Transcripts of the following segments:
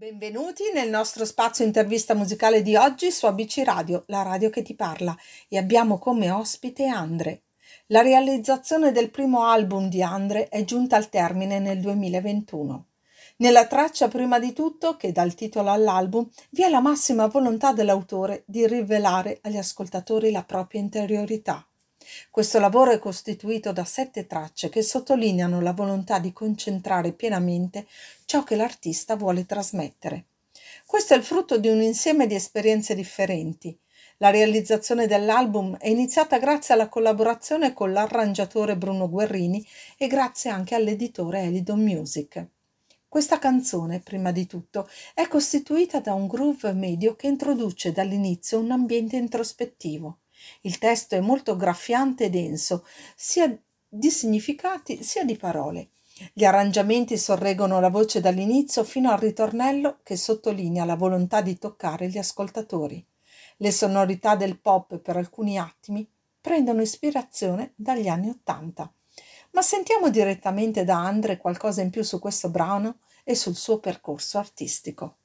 Benvenuti nel nostro spazio intervista musicale di oggi su ABC Radio, la radio che ti parla, e abbiamo come ospite Andre. La realizzazione del primo album di Andre è giunta al termine nel 2021. Nella traccia, prima di tutto, che dà il titolo all'album, vi è la massima volontà dell'autore di rivelare agli ascoltatori la propria interiorità. Questo lavoro è costituito da 7 tracce che sottolineano la volontà di concentrare pienamente ciò che l'artista vuole trasmettere. Questo è il frutto di un insieme di esperienze differenti. La realizzazione dell'album è iniziata grazie alla collaborazione con l'arrangiatore Bruno Guerrini e grazie anche all'editore Elidon Music. Questa canzone, prima di tutto, è costituita da un groove medio che introduce dall'inizio un ambiente introspettivo. Il testo è molto graffiante e denso, sia di significati sia di parole. Gli arrangiamenti sorreggono la voce dall'inizio fino al ritornello che sottolinea la volontà di toccare gli ascoltatori. Le sonorità del pop per alcuni attimi prendono ispirazione dagli anni Ottanta. Ma sentiamo direttamente da Andre qualcosa in più su questo brano e sul suo percorso artistico.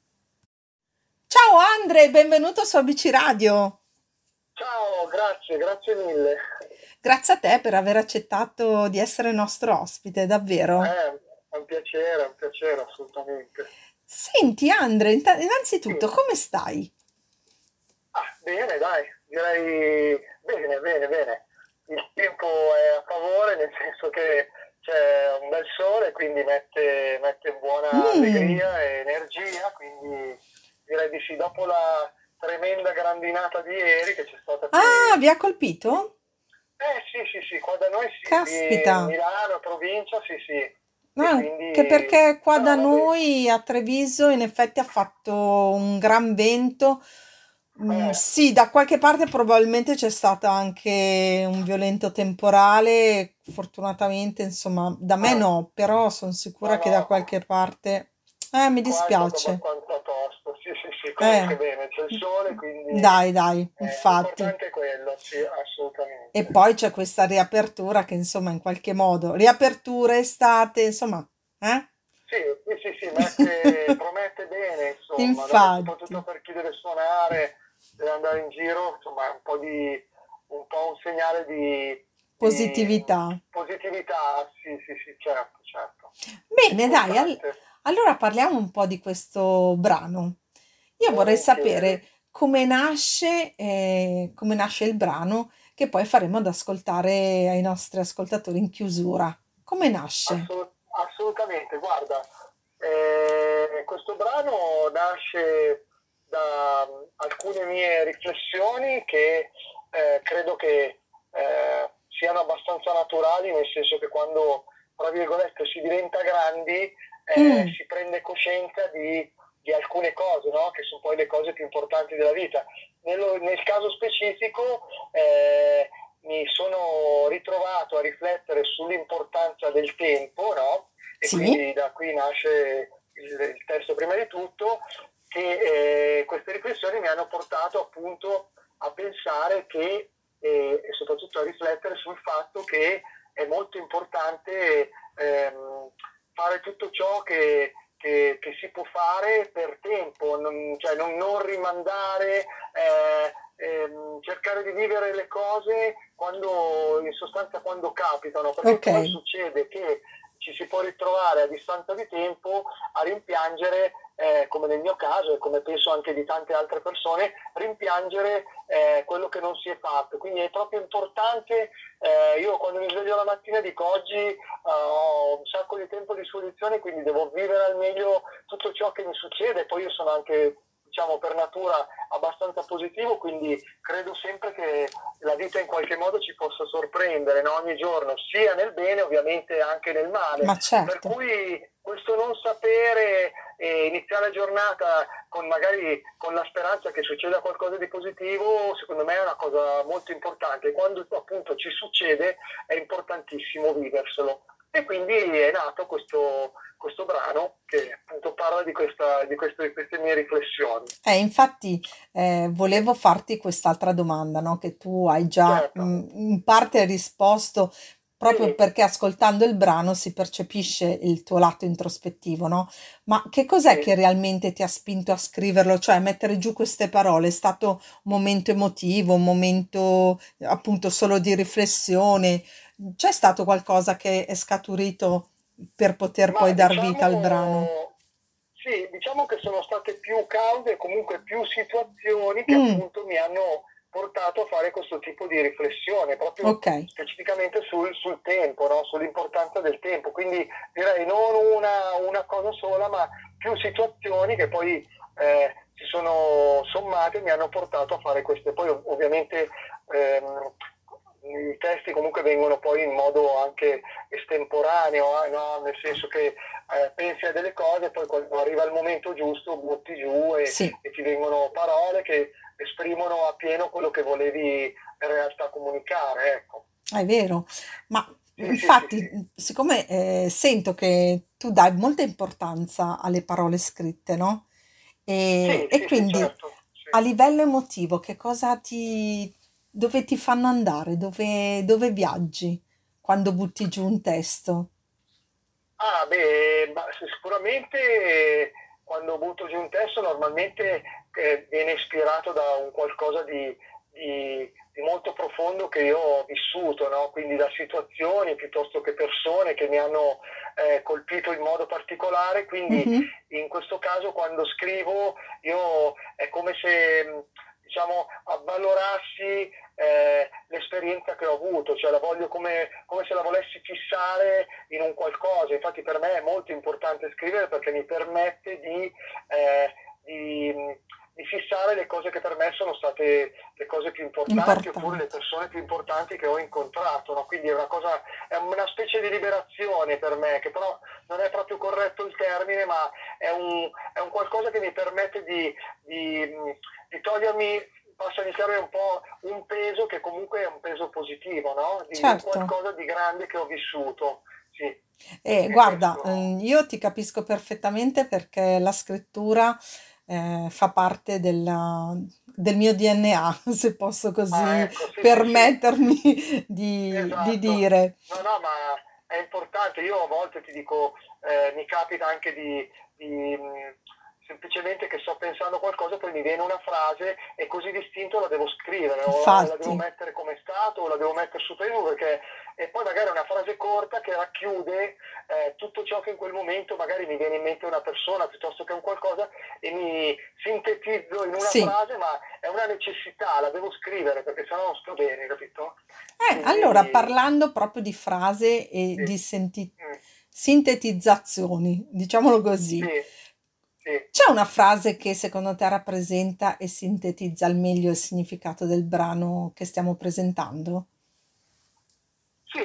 Ciao Andre, benvenuto su ABC Radio. Ciao, grazie mille. Grazie a te per aver accettato di essere nostro ospite, davvero. È un piacere assolutamente. Senti Andre, Sì. innanzitutto come stai? Bene, dai, direi bene. Il tempo è a favore, nel senso che c'è un bel sole, quindi mette buona Mm. allegria e energia, quindi direi di sì. Dopo la tremenda grandinata di ieri che c'è stata qui. Ah, vi ha colpito? Sì, qua da noi sì, Caspita. di Milano, provincia, sì, sì. E Anche quindi, perché qua da no, va bene. noi a Treviso in effetti ha fatto un gran vento. Eh, Sì, da qualche parte probabilmente c'è stato anche un violento temporale. Fortunatamente, insomma, da me eh, no, però sono sicura che da no, qualche parte. Mi qua è stato dispiace. abbastanza tosto. Sì, comunque Eh, bene, c'è il sole, quindi dai, infatti. l'importante è quello, sì, E assolutamente. poi c'è questa riapertura che insomma in qualche modo, riapertura estate, insomma, eh? Sì, promette bene, insomma, dai, soprattutto Infatti, per chi deve suonare, deve andare in giro, insomma, è un po' un segnale di positività. positività, sì, certo, Bene, dai, importante, allora parliamo un po' di questo brano. Io vorrei volentieri. sapere come nasce il brano che poi faremo ad ascoltare ai nostri ascoltatori in chiusura. Come nasce? Assolutamente, guarda, questo brano nasce da alcune mie riflessioni che credo che siano abbastanza naturali, nel senso che quando, tra virgolette, si diventa grandi, Mm, si prende coscienza di alcune cose, no? Che sono poi le cose più importanti della vita. Nel caso specifico, mi sono ritrovato a riflettere sull'importanza del tempo, no? E sì, quindi da qui nasce il testo prima di tutto, che queste riflessioni mi hanno portato appunto a pensare che, e soprattutto a riflettere sul fatto che è molto importante fare tutto ciò che si può fare per tempo, cioè non rimandare, cercare di vivere le cose in sostanza quando capitano, perché ok, poi succede che ci si può ritrovare a distanza di tempo a rimpiangere, come nel mio caso e come penso anche di tante altre persone, rimpiangere quello che non si è fatto. Quindi è proprio importante, io quando mi sveglio la mattina dico oggi ho un sacco di tempo a disposizione, quindi devo vivere al meglio tutto ciò che mi succede. Poi io sono anche, diciamo, per natura abbastanza positivo, quindi credo sempre che la vita in qualche modo ci possa sorprendere, no? Ogni giorno, sia nel bene ovviamente anche nel male. ma Per certo. cui questo non sapere iniziare la giornata magari con la speranza che succeda qualcosa di positivo, secondo me è una cosa molto importante. Quando appunto ci succede è importantissimo viverselo. E quindi è nato questo brano che appunto parla di queste mie riflessioni. Infatti, volevo farti quest'altra domanda, no? Che tu hai già Certo. in parte risposto, proprio Sì, perché ascoltando il brano si percepisce il tuo lato introspettivo, no? Ma che cos'è sì. che realmente ti ha spinto a scriverlo? Cioè, a mettere giù queste parole? È stato un momento emotivo, un momento appunto solo di riflessione? C'è stato qualcosa che è scaturito per poter poi Ma dar vita al brano? diciamo, sì, diciamo che sono state più cause, comunque più situazioni che Mm, appunto mi hanno portato a fare questo tipo di riflessione, proprio ok, specificamente sul tempo, no? Sull'importanza del tempo. Quindi direi non una cosa sola, ma più situazioni che poi si sono sommate e mi hanno portato a fare queste. Poi ovviamente i testi comunque vengono poi in modo anche estemporaneo, no? Nel senso che pensi a delle cose, poi quando arriva il momento giusto butti giù sì. e ti vengono parole che esprimono appieno quello che volevi in realtà comunicare, ecco. È vero, ma Sì, sì, sì, infatti, sì. siccome sento che tu dai molta importanza alle parole scritte, no? Sì, E sì, sì, quindi certo. Sì. a livello emotivo, dove ti fanno andare? Dove viaggi quando butti giù un testo? Ah, beh, ma sicuramente quando butto giù un testo normalmente viene ispirato da un qualcosa di molto profondo che io ho vissuto, no? Quindi da situazioni piuttosto che persone che mi hanno colpito in modo particolare. Quindi Mhm. in questo caso quando scrivo io è come se diciamo avvalorassi l'esperienza che ho avuto, cioè la voglio come se la volessi fissare in un qualcosa. Infatti per me è molto importante scrivere perché mi permette eh, di, di fissare le cose che per me sono state le cose più importanti oppure le Importante. persone più importanti che ho incontrato. No? Quindi è una specie di liberazione per me, che però non è proprio corretto il termine, ma è un qualcosa che mi permette di togliermi, passami il termine, un po' un peso che comunque è un peso positivo, no? Di un Certo. qualcosa di grande che ho vissuto. Sì, è Guarda, questo. io ti capisco perfettamente perché la scrittura fa parte del mio DNA, se posso Ah, così ecco, sì, sì, sì. permettermi di Esatto, dire. no, no, ma è importante. Io a volte ti dico, mi capita anche semplicemente che sto pensando a qualcosa, poi mi viene una frase e così distinto la devo scrivere, o la devo Infatti, mettere come è stato, o la devo mettere su Facebook, perché e poi magari è una frase corta che racchiude tutto ciò che in quel momento magari mi viene in mente una persona piuttosto che un qualcosa e mi sintetizzo in una sì. frase, ma è una necessità, la devo scrivere perché sennò non sto bene, capito? Allora, Quindi parlando proprio di frase e sì, di mm, sintetizzazioni, diciamolo sì, così, sì, c'è una frase che secondo te rappresenta e sintetizza al meglio il significato del brano che stiamo presentando? sì,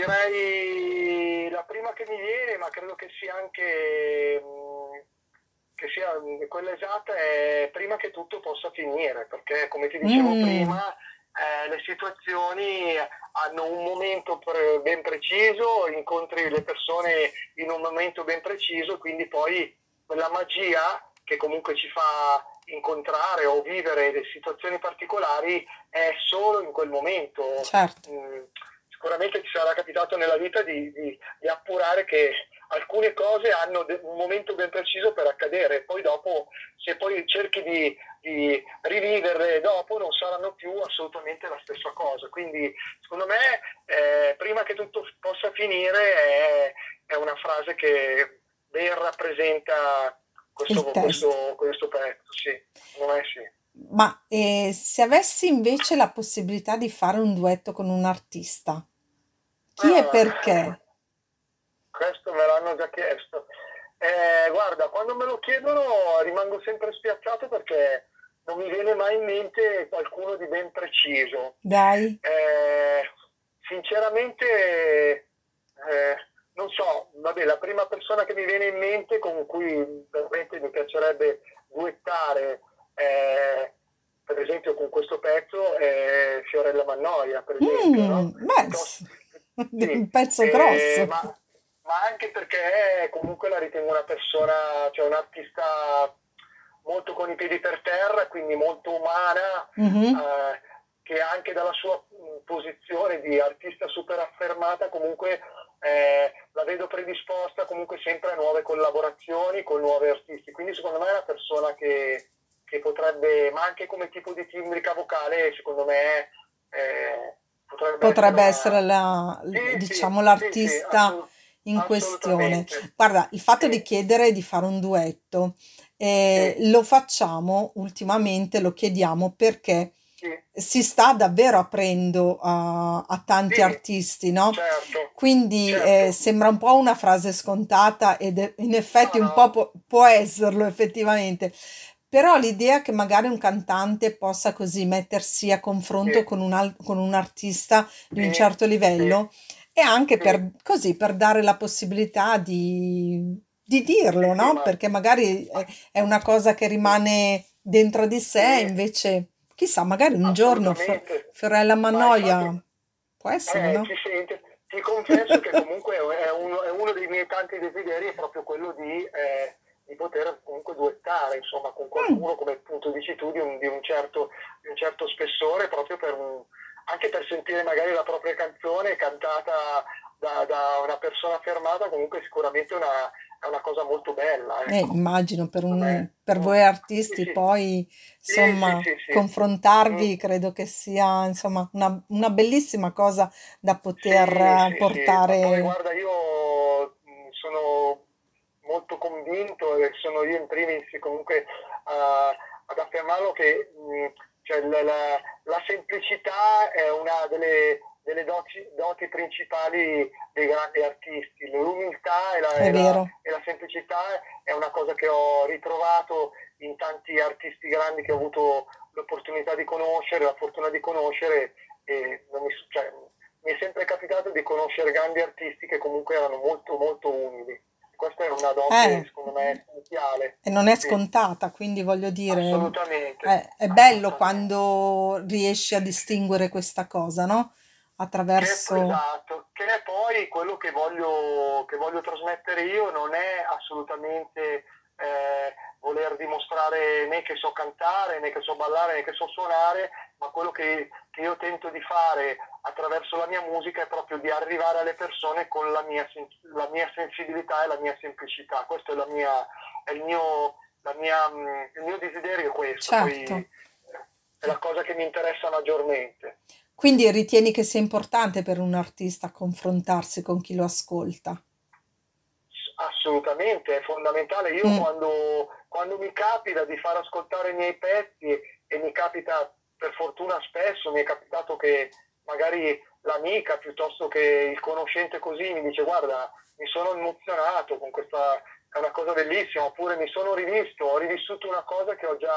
direi la prima che mi viene, ma credo che sia anche che sia quella esatta, è prima che tutto possa finire, perché come ti dicevo Mm, prima, le situazioni hanno un momento ben preciso, incontri le persone in un momento ben preciso, quindi poi quella magia che comunque ci fa incontrare o vivere le situazioni particolari è solo in quel momento. certo. Mm, Sicuramente ci sarà capitato nella vita di appurare che alcune cose hanno un momento ben preciso per accadere, poi dopo, se poi cerchi di riviverle dopo, non saranno più assolutamente la stessa cosa. Quindi, secondo me, prima che tutto possa finire, è una frase che ben rappresenta Il testo. questo pezzo, sì, secondo me sì. Ma se avessi invece la possibilità di fare un duetto con un artista, chi e Ah, perché? questo me l'hanno già chiesto. Guarda, quando me lo chiedono rimango sempre spiazzato perché non mi viene mai in mente qualcuno di ben preciso. Dai. Eh, Sinceramente, non so, vabbè, la prima persona che mi viene in mente con cui veramente mi piacerebbe duettare, per esempio con questo pezzo, è Fiorella Mannoia, per esempio, no? Beh, Sì, un pezzo grosso. ma anche perché comunque la ritengo una persona, cioè un'artista molto con i piedi per terra, quindi molto umana, Mhm. che anche dalla sua posizione di artista super affermata, comunque la vedo predisposta comunque sempre a nuove collaborazioni con nuovi artisti, quindi secondo me è una persona che potrebbe, ma anche come tipo di timbrica vocale, secondo me potrebbe essere Potrebbe una... essere Sì, sì, diciamo, sì, sì, l'artista in questione. assolutamente. Guarda, il fatto di Sì, chiedere di fare un duetto, sì, lo facciamo ultimamente, lo chiediamo perché sì, si sta davvero aprendo a tanti sì, artisti, no? certo, Quindi certo. sembra un po' una frase scontata ed in effetti No, un po' no, può esserlo effettivamente. Però l'idea che magari un cantante possa così mettersi a sì, confronto con un artista di un sì, certo sì, livello e anche sì, per, così, per dare la possibilità di dirlo, sì, sì, no? Perché magari ma- è una cosa che sì, rimane dentro di sì, sé, invece, chissà, magari un giorno assolutamente. Fiorella Ma infatti, Mannoia può essere, no? ci sente. Ti confesso che comunque è uno dei miei tanti desideri, è proprio quello di poter comunque duettare, insomma, con Mm, qualcuno, come appunto dici tu, di un certo spessore, proprio anche per sentire magari la propria canzone cantata da una persona fermata, comunque sicuramente è una cosa molto bella, ecco, immagino secondo me. per Mm. voi Sì, artisti sì, poi, sì, sì, insomma, sì, sì. Mm. confrontarvi credo che sia, insomma, una bellissima cosa da poter Sì, sì, sì, ma poi portare. guarda, io sono molto convinto e sono io in primis comunque ad affermarlo che cioè, la semplicità è una delle doti principali dei grandi artisti. L'umiltà È vero. e la semplicità è una cosa che ho ritrovato in tanti artisti grandi che ho avuto l'opportunità di conoscere, la fortuna di conoscere e non mi, cioè, mi è sempre capitato di conoscere grandi artisti che comunque erano molto molto umili. Questa è una dote, Eh, secondo me, essenziale. e non è Sì, scontata, quindi voglio dire, assolutamente, è bello assolutamente. quando riesci a distinguere questa cosa, no? Attraverso... Esatto, che è poi quello che voglio trasmettere io, non è assolutamente voler dimostrare né che so cantare, né che so ballare, né che so suonare, ma quello che io tento di fare attraverso la mia musica è proprio di arrivare alle persone con la mia sensibilità e la mia semplicità. Questo è il mio desiderio è questo, Certo. poi è la cosa che mi interessa maggiormente. Quindi ritieni che sia importante per un artista confrontarsi con chi lo ascolta? Assolutamente, è fondamentale. Io Mm, quando mi capita di far ascoltare i miei pezzi e mi capita, per fortuna spesso, mi è capitato che magari l'amica piuttosto che il conoscente così mi dice guarda, mi sono emozionato con questa, è una cosa bellissima, oppure mi sono rivisto, ho rivissuto una cosa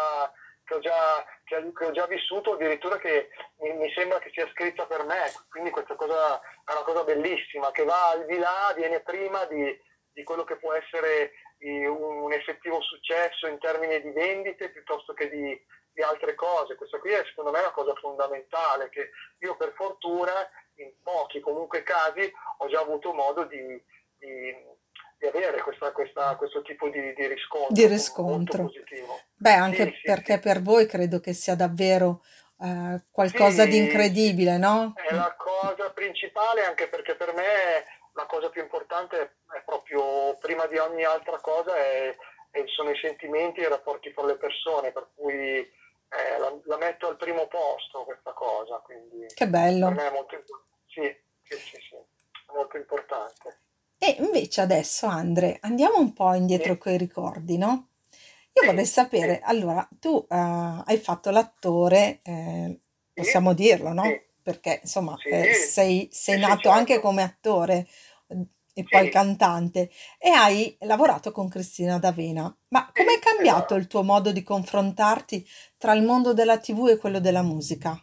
che ho già vissuto, addirittura che mi sembra che sia scritta per me, quindi questa cosa è una cosa bellissima, che va al di là, viene prima di quello che può essere un effettivo successo in termini di vendite piuttosto che di altre cose. Questa qui è secondo me una cosa fondamentale che io per fortuna in pochi comunque casi ho già avuto modo di, di avere questo tipo di di riscontro molto riscontro. positivo. Beh, Sì, anche sì, perché sì. per voi credo che sia davvero qualcosa di Sì, sì, incredibile, no? è la cosa principale anche perché per me la cosa più importante è proprio prima di ogni altra cosa sono i sentimenti e i rapporti con le persone, per cui la metto al primo posto questa cosa, quindi Che per bello. me è molto importante. Sì, sì, sì, sì, è molto importante. E invece adesso, Andre, andiamo un po' indietro Sì, coi ricordi, no? Io vorrei sì, sapere, sì, allora, tu hai fatto l'attore, sì, possiamo dirlo, no? sì, Perché insomma sì, sei sì, sì, nato anche certo. come attore e poi Sì, cantante e hai lavorato con Cristina D'Avena. Ma com'è sì, cambiato il esatto. tuo modo di confrontarti tra il mondo della TV e quello della musica?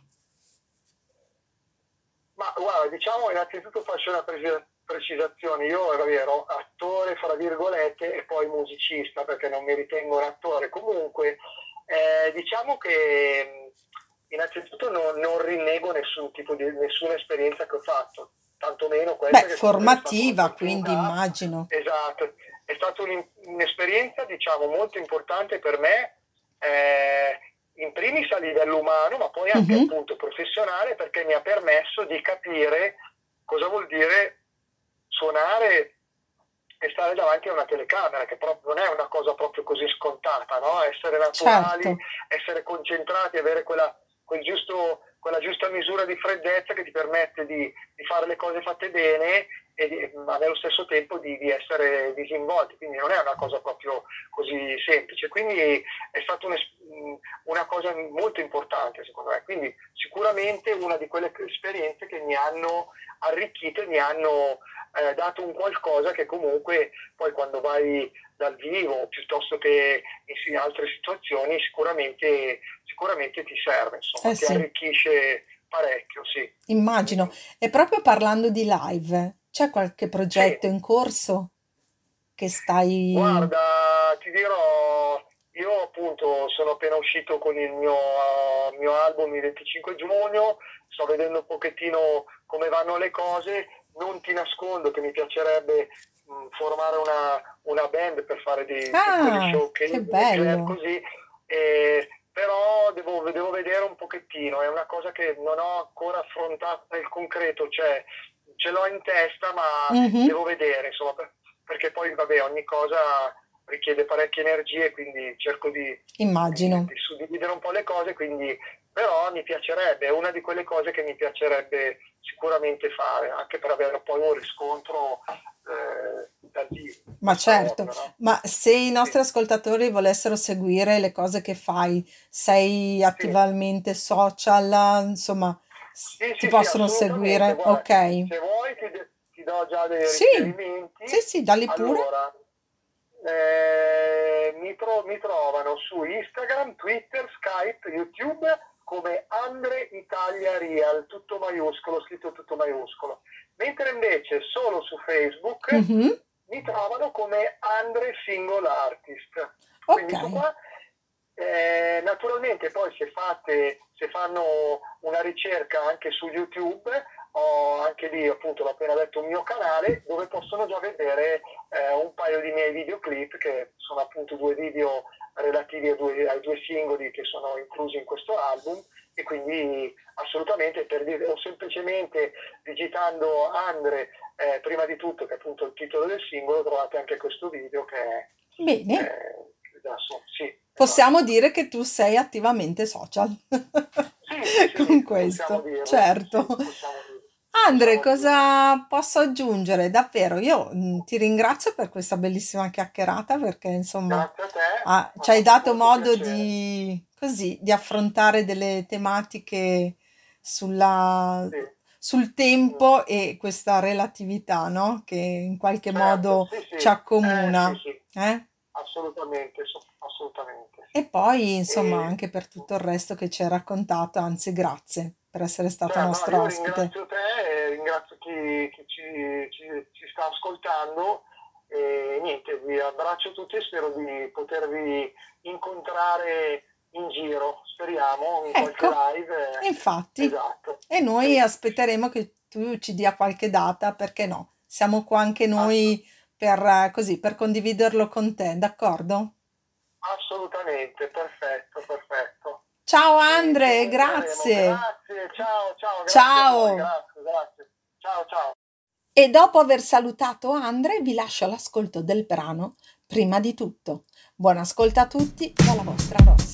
Ma guarda, diciamo innanzitutto faccio una precisazione. Io ero attore, fra virgolette, e poi musicista, perché non mi ritengo un attore. Comunque, diciamo che innanzitutto non rinnego nessuna esperienza che ho fatto, tantomeno Beh, questa che comunque è stata formativa, quindi un'opportunità. immagino. Esatto, è stata un'esperienza, diciamo, molto importante per me, eh, in primis a livello umano, ma poi anche appunto professionale, perché mi ha permesso di capire cosa vuol dire suonare e stare davanti a una telecamera, che proprio non è una cosa proprio così scontata, no? Essere naturali, Certo. essere concentrati, avere quella giusta misura di freddezza che ti permette di fare le cose fatte bene ma nello stesso tempo di essere disinvolti, quindi non è una cosa proprio così semplice, quindi è stata una cosa molto importante secondo me, quindi sicuramente una di quelle esperienze che mi hanno arricchito e mi hanno dato un qualcosa che comunque poi quando vai dal vivo piuttosto che in altre situazioni sicuramente ti serve, insomma, ti Sì, arricchisce parecchio, sì. immagino. E proprio parlando di live, c'è qualche progetto Sì. in corso che stai... Guarda, ti dirò, io appunto sono appena uscito con il mio album il 25 giugno, sto vedendo un pochettino come vanno le cose, non ti nascondo che mi piacerebbe formare una band per fare dei piccoli Ah, che showcase nel club bello! così, però devo vedere un pochettino, è una cosa che non ho ancora affrontato nel concreto, cioè ce l'ho in testa ma Mhm, devo vedere, insomma, perché poi vabbè ogni cosa richiede parecchie energie, quindi cerco immagino. di suddividere un po' le cose, quindi però mi piacerebbe, è una di quelle cose che mi piacerebbe sicuramente fare, anche per avere poi un riscontro dal vivo, Ma questo è certo, ovvio, no? ma se i Sì, nostri ascoltatori volessero seguire le cose che fai, sei sì. attivamente social, insomma, Sì, ti sì, sì, possono assolutamente. seguire? Guarda, Ok. se vuoi ti do già dei Sì, sì, riferimenti. sì, dalli pure. Allora, mi trovano su Instagram, Twitter, Skype, YouTube come Andre Italia Real, tutto maiuscolo, scritto tutto maiuscolo. Mentre invece solo su Facebook Mhm, mi trovano come Andre Single Artist. ok. Quindi su qua, naturalmente poi se fanno una ricerca anche su YouTube, ho anche lì appunto l'ho appena detto un mio canale dove possono già vedere un paio di miei videoclip che sono appunto 2 video relativi ai 2 singoli che sono inclusi in questo album e quindi assolutamente per dire o semplicemente digitando Andre prima di tutto che è appunto il titolo del singolo trovate anche questo video che è Bene, adesso sì possiamo esatto. dire che tu sei attivamente social Sì, sì, sì, con sì, possiamo questo, dirlo, certo. sì, Andre, possiamo dirlo. cosa posso aggiungere? Davvero, io ti ringrazio per questa bellissima chiacchierata perché insomma Grazie a te, mi ha ci hai fatto dato molto modo piacere. di, così, di affrontare delle tematiche sulla- Sì, sul mm, tempo e questa relatività, no? Che in qualche certo, modo sì, sì, ci sì, accomuna, sì, eh? assolutamente, assolutamente, E sì. poi, insomma, E, anche per tutto il resto che ci hai raccontato, anzi, grazie per essere stato cioè, no, nostro io ospite. ringrazio te, ringrazio chi ci sta ascoltando e niente, vi abbraccio tutti e spero di potervi incontrare in giro, speriamo, in qualche Ecco, live. infatti, Esatto, e noi sì, aspetteremo che tu ci dia qualche data, perché no? Siamo qua anche ass- noi per, così, per condividerlo con te, d'accordo? assolutamente, perfetto, perfetto. Ciao E ci Andre, incontreremo. grazie. Grazie, ciao, ciao, grazie a voi, Ciao. grazie, grazie. Ciao, ciao. E dopo aver salutato Andre, vi lascio all'ascolto del brano Prima di tutto. Buon ascolto a tutti dalla vostra Ross.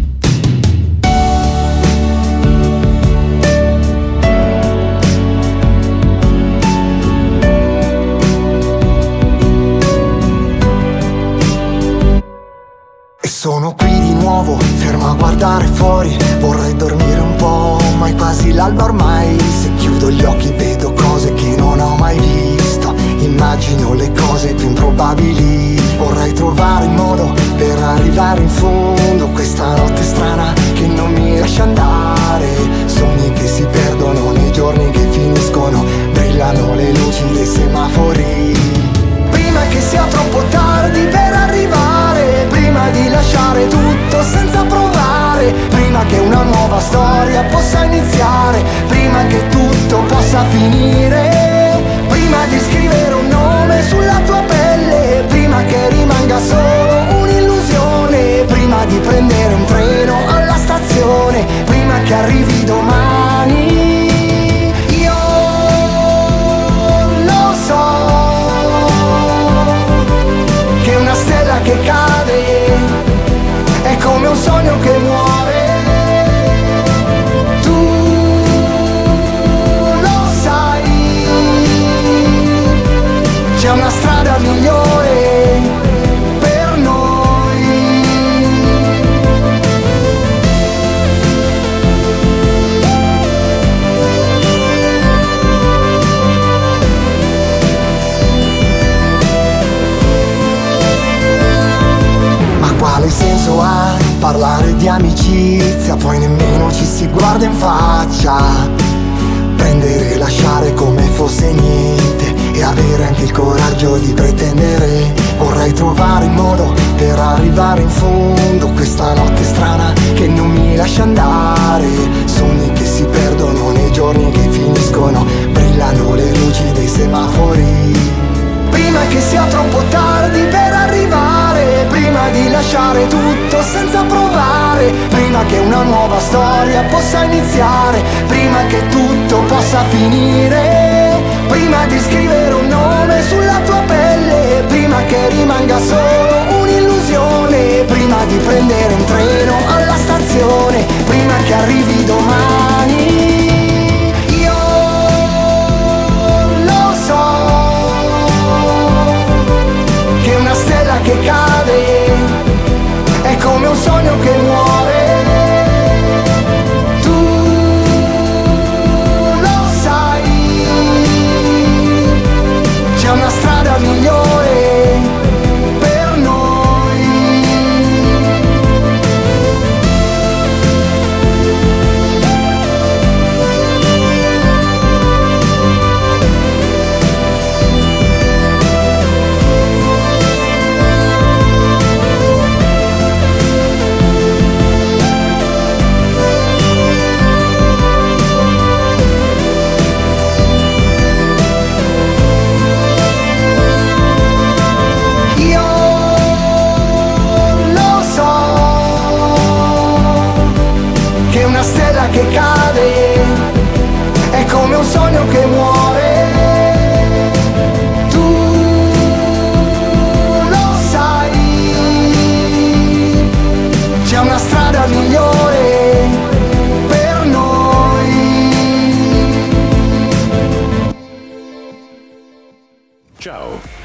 E sono qui di nuovo, fermo a guardare fuori. Vorrei dormire un po', ma è quasi l'alba ormai. Se chiudo gli occhi vedo cose che non ho mai visto. Immagino le cose più improbabili. Vorrei trovare il modo per arrivare in fondo. Questa notte strana che non mi lascia andare. Sogni che si perdono nei giorni che finiscono. Brillano le luci dei semafori. Prima che sia troppo tardi per arrivare, prima di lasciare tutto senza provare, prima che una nuova storia possa iniziare, prima che tutto possa finire, prima di scrivere un nome sulla tua pelle, prima che rimanga solo un'illusione, prima di prendere un treno alla stazione parlare di amicizia, poi nemmeno ci si guarda in faccia. Prendere e lasciare come fosse niente e avere anche il coraggio di pretendere. Vorrei trovare il modo per arrivare in fondo, questa notte strana che non mi lascia andare. Sogni che si perdono nei giorni che finiscono, brillano le luci dei semafori. Prima che sia troppo tardi per arrivare, prima di lasciare tutto senza provare, prima che una nuova storia possa iniziare, prima che tutto possa finire, prima di scrivere un nome sulla tua pelle, prima che rimanga solo un'illusione, prima di prendere un treno alla stazione, prima che arrivi domani. Io lo so che una stella che cade è come un sogno che muore.